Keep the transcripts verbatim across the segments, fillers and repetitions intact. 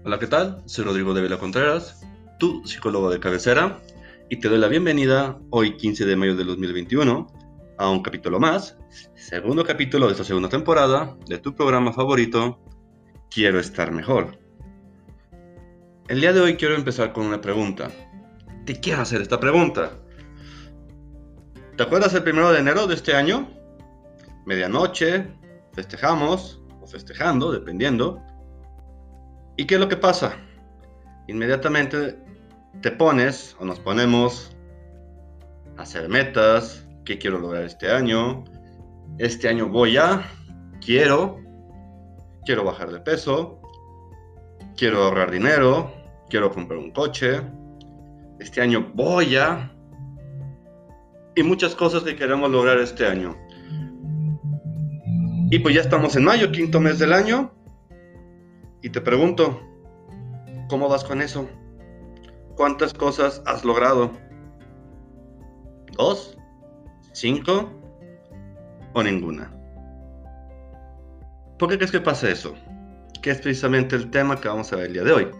Hola, ¿qué tal? Soy Rodrigo de Vela Contreras, tu psicólogo de cabecera, y te doy la bienvenida hoy quince de mayo de dos mil veintiuno a un capítulo más, segundo capítulo de esta segunda temporada de tu programa favorito, Quiero estar mejor. El día de hoy quiero empezar con una pregunta. Te quiero hacer esta pregunta. ¿Te acuerdas el primero de enero de este año? Medianoche, festejamos, o festejando, dependiendo. ¿Y qué es lo que pasa? Inmediatamente te pones o nos ponemos a hacer metas. ¿Qué quiero lograr este año? Este año voy a, quiero, quiero bajar de peso, quiero ahorrar dinero, quiero comprar un coche, este año voy a, y muchas cosas que queremos lograr este año. Y pues ya estamos en mayo, quinto mes del año, y te pregunto, ¿cómo vas con eso? ¿Cuántas cosas has logrado? ¿Dos? ¿Cinco? ¿O ninguna? ¿Por qué crees que pasa eso? Que es precisamente el tema que vamos a ver el día de hoy.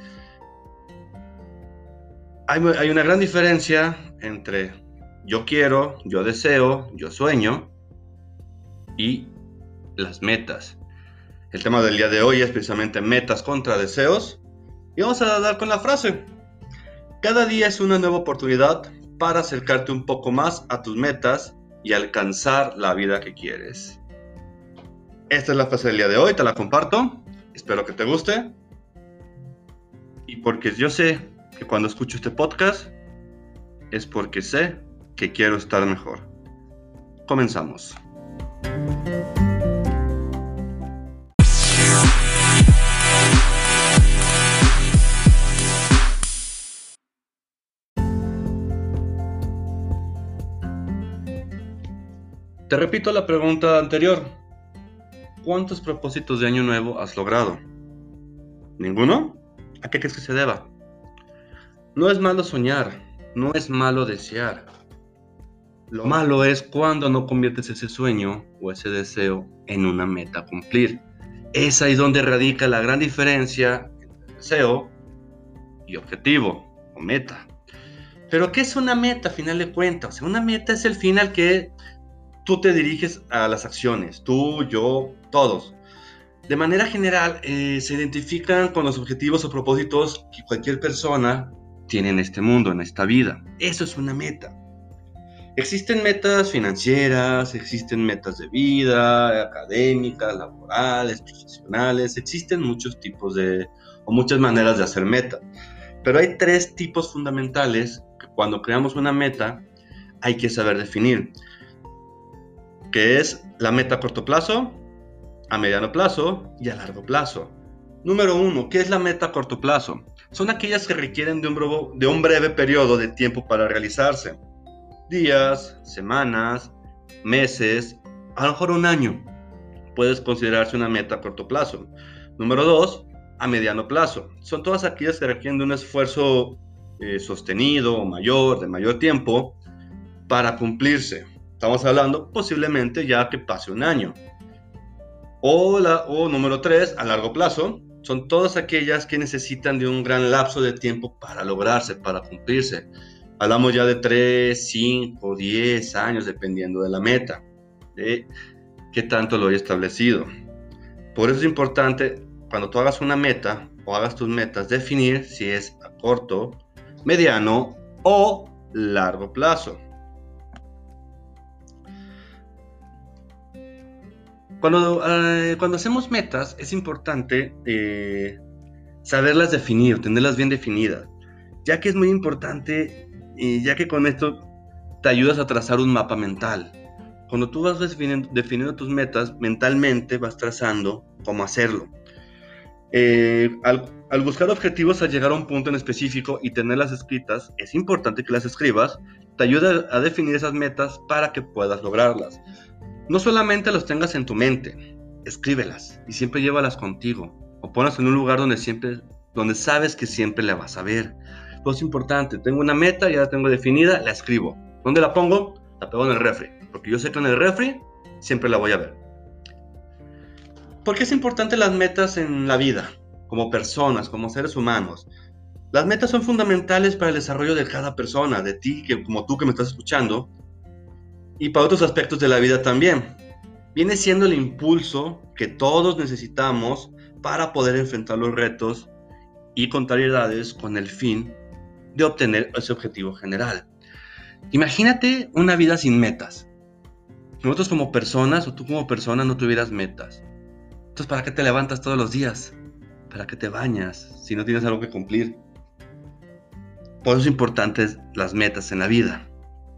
Hay, hay una gran diferencia entre yo quiero, yo deseo, yo sueño y las metas. El tema del día de hoy es precisamente metas contra deseos. Y vamos a dar con la frase. Cada día es una nueva oportunidad para acercarte un poco más a tus metas y alcanzar la vida que quieres. Esta es la frase del día de hoy, te la comparto. Espero que te guste. Y porque yo sé que cuando escucho este podcast es porque sé que quiero estar mejor. Comenzamos. Te repito la pregunta anterior. ¿Cuántos propósitos de año nuevo has logrado? ¿Ninguno? ¿A qué crees que se deba? No es malo soñar, no es malo desear. Lo malo es cuando no conviertes ese sueño o ese deseo en una meta a cumplir. Es ahí donde radica la gran diferencia entre deseo y objetivo o meta. Pero ¿qué es una meta a final de cuentas? O sea, una meta es el fin al que tú te diriges a las acciones, tú, yo, todos. De manera general, eh, se identifican con los objetivos o propósitos que cualquier persona tiene en este mundo, en esta vida. Eso es una meta. Existen metas financieras, existen metas de vida, académicas, laborales, profesionales. Existen muchos tipos de, o muchas maneras de hacer meta. Pero hay tres tipos fundamentales que cuando creamos una meta hay que saber definir. Que es la meta a corto plazo, a mediano plazo y a largo plazo. Número uno, ¿qué es la meta a corto plazo? Son aquellas que requieren de un, breve, de un breve periodo de tiempo para realizarse. Días, semanas, meses, a lo mejor un año. Puedes considerarse una meta a corto plazo. Número dos, a mediano plazo. Son todas aquellas que requieren de un esfuerzo eh, sostenido o mayor, de mayor tiempo, para cumplirse. Estamos hablando posiblemente ya que pase un año. O, la, o número tres, a largo plazo, son todas aquellas que necesitan de un gran lapso de tiempo para lograrse, para cumplirse. Hablamos ya de tres, cinco, diez años, dependiendo de la meta, de qué tanto lo he establecido. Por eso es importante, cuando tú hagas una meta o hagas tus metas, definir si es a corto, mediano o largo plazo. Cuando, eh, cuando hacemos metas es importante eh, saberlas definir, tenerlas bien definidas, ya que es muy importante y ya que con esto te ayudas a trazar un mapa mental. Cuando tú vas definiendo, definiendo tus metas, mentalmente vas trazando cómo hacerlo. Eh, al, al buscar objetivos al llegar a un punto en específico y tenerlas escritas, es importante que las escribas, te ayuda a definir esas metas para que puedas lograrlas. No solamente los tengas en tu mente, escríbelas y siempre llévalas contigo o ponlas en un lugar donde, siempre, donde sabes que siempre la vas a ver. Todo es importante, tengo una meta, ya la tengo definida, la escribo. ¿Dónde la pongo? La pego en el refri, porque yo sé que en el refri siempre la voy a ver. ¿Por qué es importante las metas en la vida? como personas, como seres humanos. Las metas son fundamentales para el desarrollo de cada persona, de ti, que, como tú que me estás escuchando, y para otros aspectos de la vida también. Viene siendo el impulso que todos necesitamos para poder enfrentar los retos y contrariedades con el fin de obtener ese objetivo general. Imagínate una vida sin metas. Nosotros como personas, o tú como persona, no tuvieras metas. Entonces, ¿para qué te levantas todos los días? ¿Para qué te bañas si no tienes algo que cumplir? Por eso es importante las metas en la vida.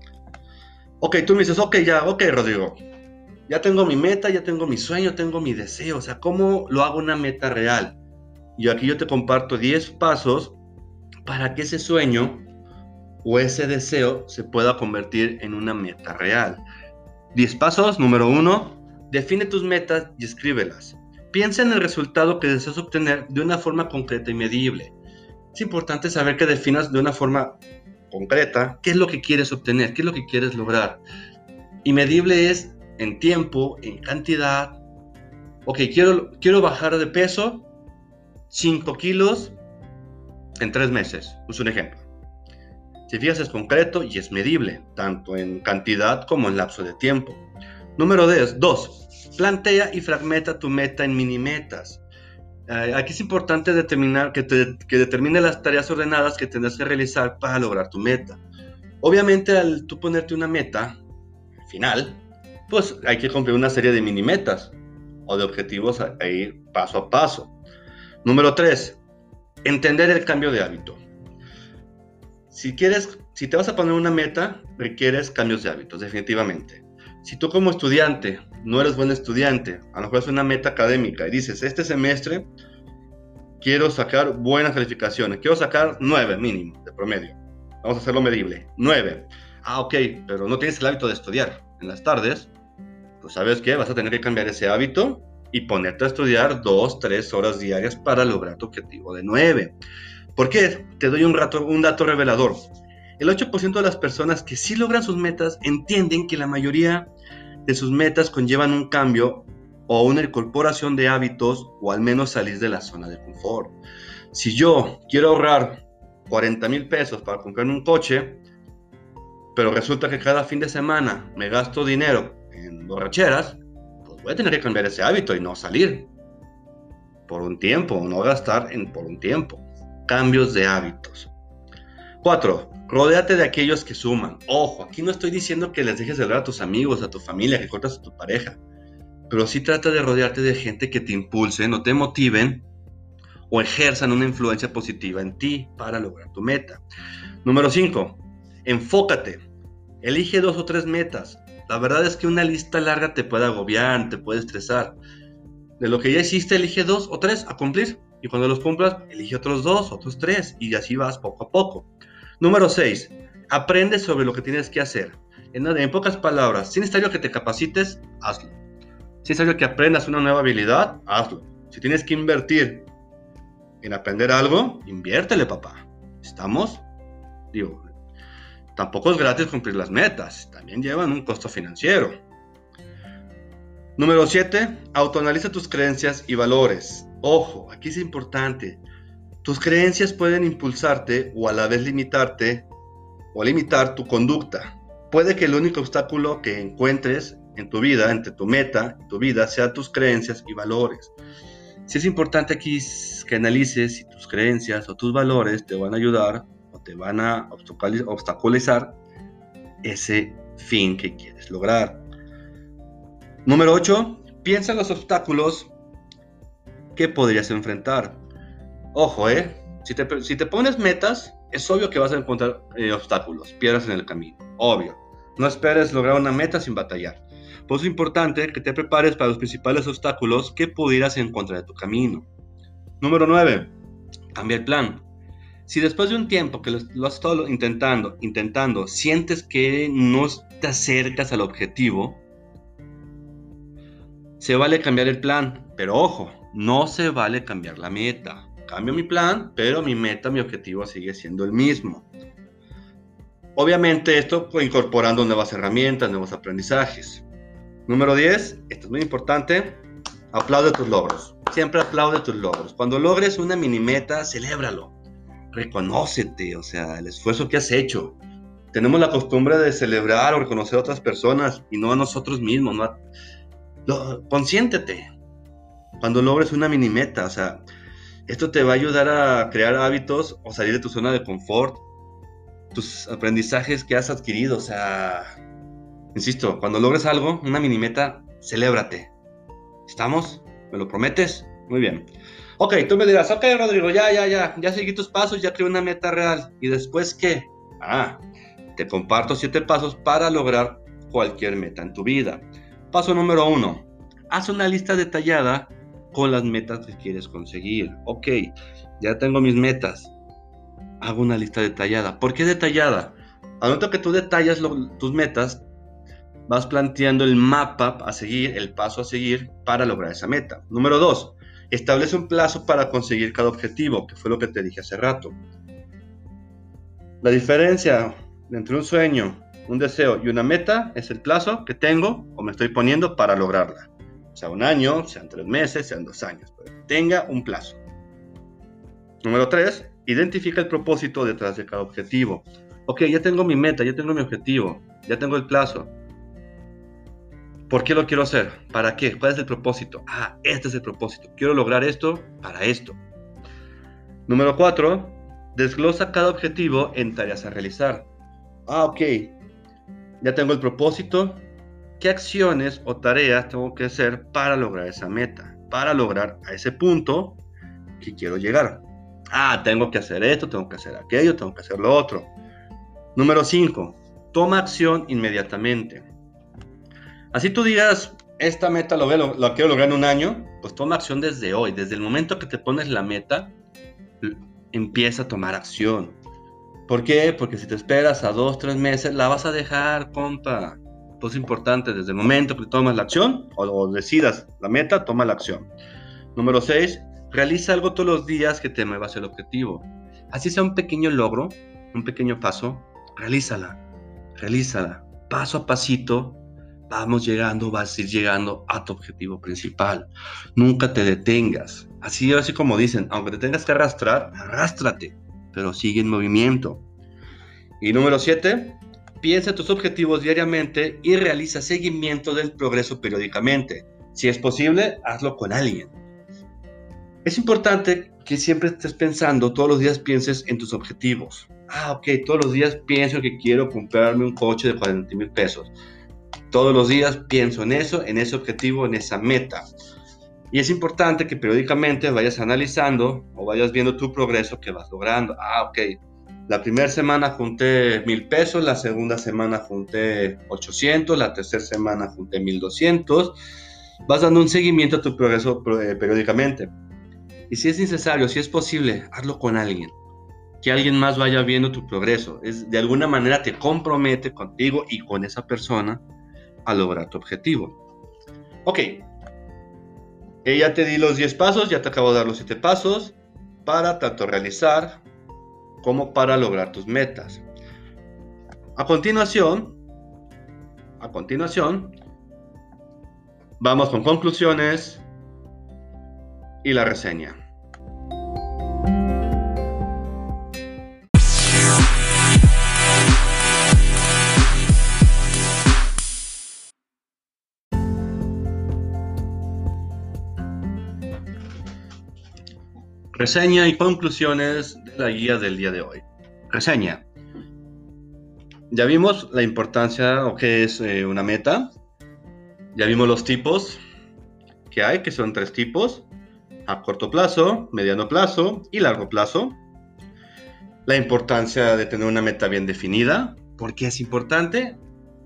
Ok, tú me dices, ok, ya, ok, Rodrigo. Ya tengo mi meta, ya tengo mi sueño, tengo mi deseo. O sea, ¿cómo lo hago una meta real? Y aquí yo te comparto diez pasos para que ese sueño o ese deseo se pueda convertir en una meta real. diez pasos. Número uno, define tus metas y escríbelas. Piensa en el resultado que deseas obtener de una forma concreta y medible. Es importante saber que definas de una forma concreta qué es lo que quieres obtener, qué es lo que quieres lograr. Y medible es en tiempo, en cantidad. Ok, quiero, quiero bajar de peso cinco kilos en tres meses. Es un ejemplo. Si fijas, es concreto y es medible, tanto en cantidad como en lapso de tiempo. Número dos. Plantea y fragmenta tu meta en mini metas. Eh, aquí es importante determinar que, te, que determine las tareas ordenadas que tendrás que realizar para lograr tu meta. Obviamente, al tú ponerte una meta final, pues hay que cumplir una serie de mini metas o de objetivos a, a ir paso a paso. Número tres. Entender el cambio de hábito. Si quieres, si te vas a poner una meta, requieres cambios de hábitos, definitivamente. Si tú como estudiante no eres buen estudiante, a lo mejor es una meta académica y dices, este semestre quiero sacar buenas calificaciones, quiero sacar nueve mínimo de promedio. Vamos a hacerlo medible, nueve. Ah, ok, pero no tienes el hábito de estudiar en las tardes, pues ¿sabes qué? Vas a tener que cambiar ese hábito y ponerte a estudiar dos, tres horas diarias para lograr tu objetivo de nueve. ¿Por qué? Te doy un, rato, un dato revelador. El ocho por ciento de las personas que sí logran sus metas entienden que la mayoría de sus metas conllevan un cambio o una incorporación de hábitos o al menos salir de la zona de confort. Si yo quiero ahorrar cuarenta mil pesos para comprarme un coche, pero resulta que cada fin de semana me gasto dinero en borracheras, pues voy a tener que cambiar ese hábito y no salir por un tiempo, no gastar en, por un tiempo. Cambios de hábitos. Cuatro. Rodéate de aquellos que suman. Ojo, aquí no estoy diciendo que les dejes de hablar a tus amigos, a tu familia, que cortas a tu pareja, pero sí trata de rodearte de gente que te impulsen o te motiven o ejerzan una influencia positiva en ti para lograr tu meta. Número cinco. Enfócate. Elige dos o tres metas. La verdad es que una lista larga te puede agobiar, te puede estresar. De lo que ya hiciste, elige dos o tres a cumplir. Y cuando los cumplas, elige otros dos, otros tres. Y así vas poco a poco. Número seis. Aprende sobre lo que tienes que hacer. En, en pocas palabras, si es necesario que te capacites, hazlo. Si es necesario que aprendas una nueva habilidad, hazlo. Si tienes que invertir en aprender algo, inviértele, papá. ¿Estamos? Digo, tampoco es gratis cumplir las metas. También llevan un costo financiero. Número siete. Autoanaliza tus creencias y valores. Ojo, aquí es importante. Tus creencias pueden impulsarte o a la vez limitarte o limitar tu conducta. Puede que el único obstáculo que encuentres en tu vida, entre tu meta y tu vida, sea tus creencias y valores. Sí es importante aquí que analices si tus creencias o tus valores te van a ayudar o te van a obstaculizar ese fin que quieres lograr. Número ocho. Piensa en los obstáculos que podrías enfrentar. Ojo, eh, si te, si te pones metas, es obvio que vas a encontrar eh, obstáculos, piedras en el camino, obvio. No esperes lograr una meta sin batallar. Por eso es importante que te prepares para los principales obstáculos que pudieras encontrar en tu camino. Número nueve. Cambia el plan. Si después de un tiempo que lo, lo has estado intentando, intentando, sientes que no te acercas al objetivo, se vale cambiar el plan, pero ojo, no se vale cambiar la meta. Cambio mi plan, pero mi meta, mi objetivo sigue siendo el mismo. Obviamente esto pues, incorporando nuevas herramientas, nuevos aprendizajes. Número diez, esto es muy importante, aplaude tus logros. siempre aplaude tus logros. Cuando logres una mini meta, celébralo. Reconócete, o sea, el esfuerzo que has hecho. Tenemos la costumbre de celebrar o reconocer a otras personas y no a nosotros mismos. ¿No? Lo, consiéntete cuando logres una mini meta. O sea, esto te va a ayudar a crear hábitos o salir de tu zona de confort, tus aprendizajes que has adquirido. O sea, insisto, cuando logres algo, una mini meta, celébrate. ¿Estamos? ¿Me lo prometes? Muy bien. Ok, tú me dirás, ok, Rodrigo, ya, ya, ya, ya seguí tus pasos, ya creé una meta real. ¿Y después qué? Ah, te comparto siete pasos para lograr cualquier meta en tu vida. Paso número uno, haz una lista detallada con las metas que quieres conseguir. Ok, ya tengo mis metas. Hago una lista detallada. ¿Por qué detallada? Al momento que tú detallas lo, tus metas, vas planteando el mapa a seguir, el paso a seguir para lograr esa meta. Número dos, establece un plazo para conseguir cada objetivo, que fue lo que te dije hace rato. La diferencia entre un sueño, un deseo y una meta es el plazo que tengo o me estoy poniendo para lograrla. Sea un año, sean tres meses, sean dos años, pero tenga un plazo. Número tres, identifica el propósito detrás de cada objetivo. Ok, ya tengo mi meta, ya tengo mi objetivo, ya tengo el plazo. ¿Por qué lo quiero hacer? ¿Para qué? ¿Cuál es el propósito? Ah, este es el propósito. Quiero lograr esto para esto. Número cuatro, desglosa cada objetivo en tareas a realizar. Ah, ok. Ya tengo el propósito. ¿Qué acciones o tareas tengo que hacer para lograr esa meta? Para lograr a ese punto que quiero llegar. Ah, tengo que hacer esto, tengo que hacer aquello, tengo que hacer lo otro. Número cinco, toma acción inmediatamente. Así tú digas, esta meta lo, veo, lo quiero lograr en un año, pues toma acción desde hoy. Desde el momento que te pones la meta, empieza a tomar acción. ¿Por qué? Porque si te esperas a dos, tres meses, la vas a dejar, compa. Pues es importante, desde el momento que tomas la acción o, o decidas la meta, toma la acción. Número seis, realiza algo todos los días que te mueva hacia el objetivo. Así sea un pequeño logro, un pequeño paso, realízala, realízala. Paso a pasito, vamos llegando, vas a ir llegando a tu objetivo principal. Nunca te detengas. Así, así como dicen, aunque te tengas que arrastrar, arrástrate, pero sigue en movimiento. Y número siete, piensa tus objetivos diariamente y realiza seguimiento del progreso periódicamente. Si es posible, hazlo con alguien. Es importante que siempre estés pensando, todos los días pienses en tus objetivos. Ah, ok, todos los días pienso que quiero comprarme un coche de cuarenta mil pesos. Todos los días pienso en eso, en ese objetivo, en esa meta. Y es importante que periódicamente vayas analizando o vayas viendo tu progreso que vas logrando. Ah, ok, la primera semana junté mil pesos, la segunda semana junté ochocientos, la tercera semana junté mil doscientos. Vas dando un seguimiento a tu progreso periódicamente. Y si es necesario, si es posible, hazlo con alguien. Que alguien más vaya viendo tu progreso. Es, de alguna manera te compromete contigo y con esa persona a lograr tu objetivo. Ok. Eh, ya te di los diez pasos, ya te acabo de dar los siete pasos para tanto realizar como para lograr tus metas. A continuación, a continuación, vamos con conclusiones y la reseña. Reseña y conclusiones de la guía del día de hoy. Reseña. Ya vimos la importancia o qué es eh, una meta. Ya vimos los tipos que hay, que son tres tipos: a corto plazo, mediano plazo y largo plazo. La importancia de tener una meta bien definida. ¿Por qué es importante?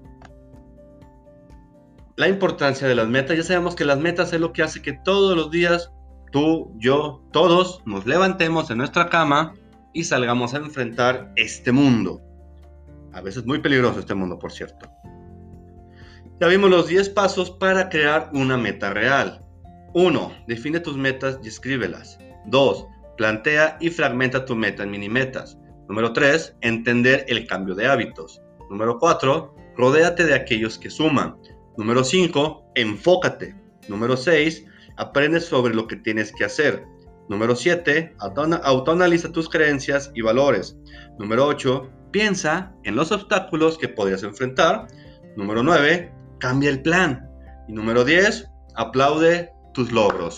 La importancia de las metas. Ya sabemos que las metas es lo que hace que todos los días tú, yo, todos nos levantemos en nuestra cama y salgamos a enfrentar este mundo. A veces muy peligroso este mundo, por cierto. Ya vimos los diez pasos para crear una meta real. uno. Define tus metas y escríbelas. dos. Plantea y fragmenta tu meta en mini metas. Número tres. Entender el cambio de hábitos. Número cuatro. Rodéate de aquellos que suman. Número cinco. Enfócate. Número seis. aprende sobre lo que tienes que hacer. Número siete, autoanaliza tus creencias y valores. Número ocho, piensa en los obstáculos que podrías enfrentar. Número nueve, cambia el plan. Y número diez, aplaude tus logros.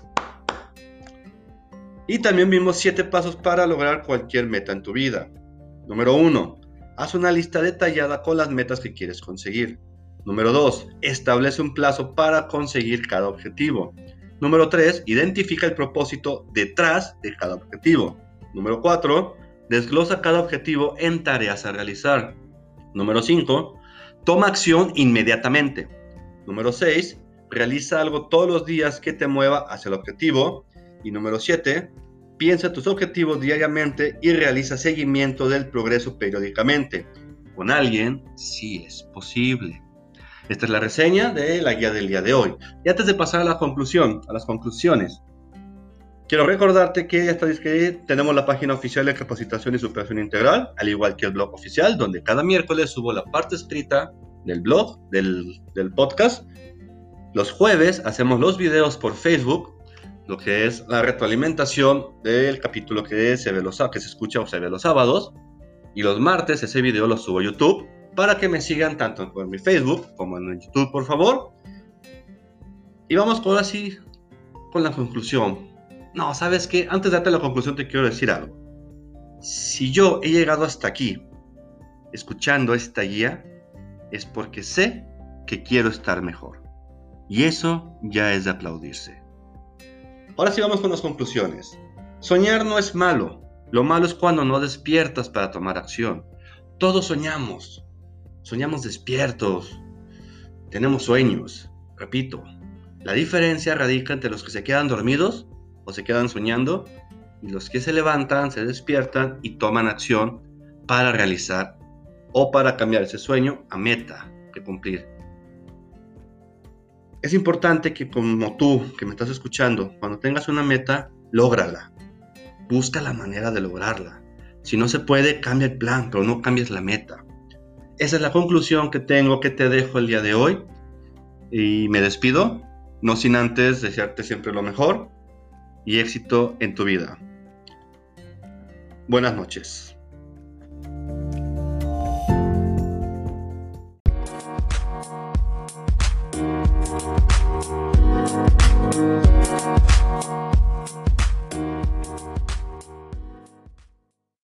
Y también vimos siete pasos para lograr cualquier meta en tu vida. Número uno, haz una lista detallada con las metas que quieres conseguir. Número dos, establece un plazo para conseguir cada objetivo. Número tres, identifica el propósito detrás de cada objetivo. Número cuatro, desglosa cada objetivo en tareas a realizar. Número cinco, toma acción inmediatamente. Número seis, realiza algo todos los días que te mueva hacia el objetivo. Y número siete, piensa tus objetivos diariamente y realiza seguimiento del progreso periódicamente. Con alguien, sí es posible. Esta es la reseña de la guía del día de hoy. Y antes de pasar a la conclusión, a las conclusiones, quiero recordarte que ya está disponible, tenemos la página oficial de capacitación y superación integral, al igual que el blog oficial, donde cada miércoles subo la parte escrita del blog, del, del podcast. Los jueves hacemos los videos por Facebook, lo que es la retroalimentación del capítulo que se, ve los, que se escucha o se ve los sábados. Y los martes ese video lo subo a YouTube, para que me sigan tanto en mi Facebook como en YouTube, por favor. Y vamos ahora sí con la conclusión. No, ¿sabes qué? Antes de darte la conclusión te quiero decir algo. Si yo he llegado hasta aquí escuchando esta guía, es porque sé que quiero estar mejor. Y eso ya es de aplaudirse. Ahora sí vamos con las conclusiones. Soñar no es malo. Lo malo es cuando no despiertas para tomar acción. Todos soñamos. Soñamos despiertos. Tenemos sueños. Repito, la diferencia radica entre los que se quedan dormidos o se quedan soñando y los que se levantan, se despiertan y toman acción para realizar o para cambiar ese sueño a meta que cumplir. Es importante que como tú, que me estás escuchando, cuando tengas una meta, lógrala. Busca la manera de lograrla. Si no se puede, cambia el plan, pero no cambies la meta. Esa es la conclusión que tengo, que te dejo el día de hoy. Y me despido, no sin antes desearte siempre lo mejor y éxito en tu vida. Buenas noches.